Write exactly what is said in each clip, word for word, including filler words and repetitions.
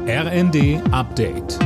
R N D Update.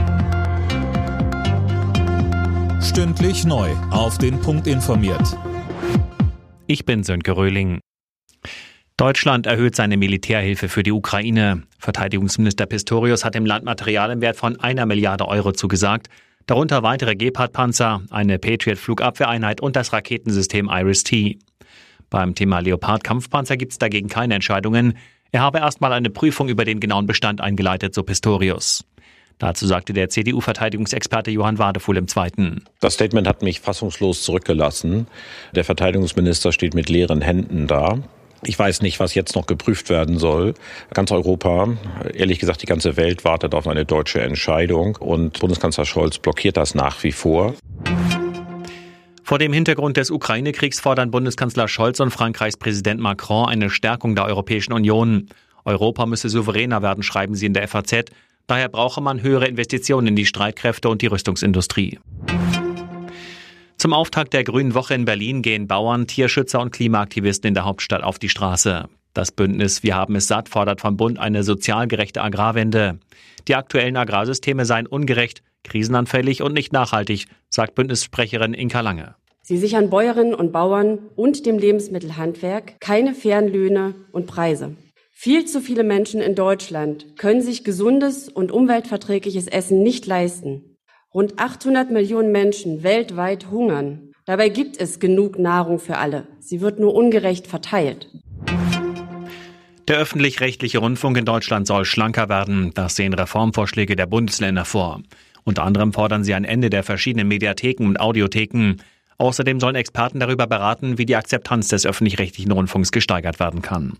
Stündlich neu auf den Punkt informiert. Ich bin Sönke Röhling. Deutschland erhöht seine Militärhilfe für die Ukraine. Verteidigungsminister Pistorius hat dem Land Material im Wert von einer Milliarde Euro zugesagt. Darunter weitere Gepard-Panzer, eine Patriot-Flugabwehreinheit und das Raketensystem Iris-T. Beim Thema Leopard-Kampfpanzer gibt es dagegen keine Entscheidungen. Er habe erstmal eine Prüfung über den genauen Bestand eingeleitet, so Pistorius. Dazu sagte der C D U-Verteidigungsexperte Johann Wadefuhl im Zweiten. Das Statement hat mich fassungslos zurückgelassen. Der Verteidigungsminister steht mit leeren Händen da. Ich weiß nicht, was jetzt noch geprüft werden soll. Ganz Europa, ehrlich gesagt die ganze Welt wartet auf eine deutsche Entscheidung und Bundeskanzler Scholz blockiert das nach wie vor. Vor dem Hintergrund des Ukraine-Kriegs fordern Bundeskanzler Scholz und Frankreichs Präsident Macron eine Stärkung der Europäischen Union. Europa müsse souveräner werden, schreiben sie in der F A Z. Daher brauche man höhere Investitionen in die Streitkräfte und die Rüstungsindustrie. Zum Auftakt der Grünen Woche in Berlin gehen Bauern, Tierschützer und Klimaaktivisten in der Hauptstadt auf die Straße. Das Bündnis Wir haben es satt fordert vom Bund eine sozial gerechte Agrarwende. Die aktuellen Agrarsysteme seien ungerecht, krisenanfällig und nicht nachhaltig, sagt Bündnissprecherin Inka Lange. Sie sichern Bäuerinnen und Bauern und dem Lebensmittelhandwerk keine fairen Löhne und Preise. Viel zu viele Menschen in Deutschland können sich gesundes und umweltverträgliches Essen nicht leisten. Rund achthundert Millionen Menschen weltweit hungern. Dabei gibt es genug Nahrung für alle. Sie wird nur ungerecht verteilt. Der öffentlich-rechtliche Rundfunk in Deutschland soll schlanker werden. Das sehen Reformvorschläge der Bundesländer vor. Unter anderem fordern sie ein Ende der verschiedenen Mediatheken und Audiotheken. Außerdem sollen Experten darüber beraten, wie die Akzeptanz des öffentlich-rechtlichen Rundfunks gesteigert werden kann.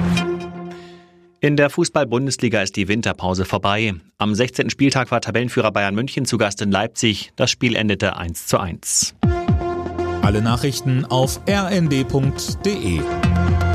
In der Fußball-Bundesliga ist die Winterpause vorbei. Am sechzehnten Spieltag war Tabellenführer Bayern München zu Gast in Leipzig. Das Spiel endete eins zu eins. Alle Nachrichten auf r n d punkt d e.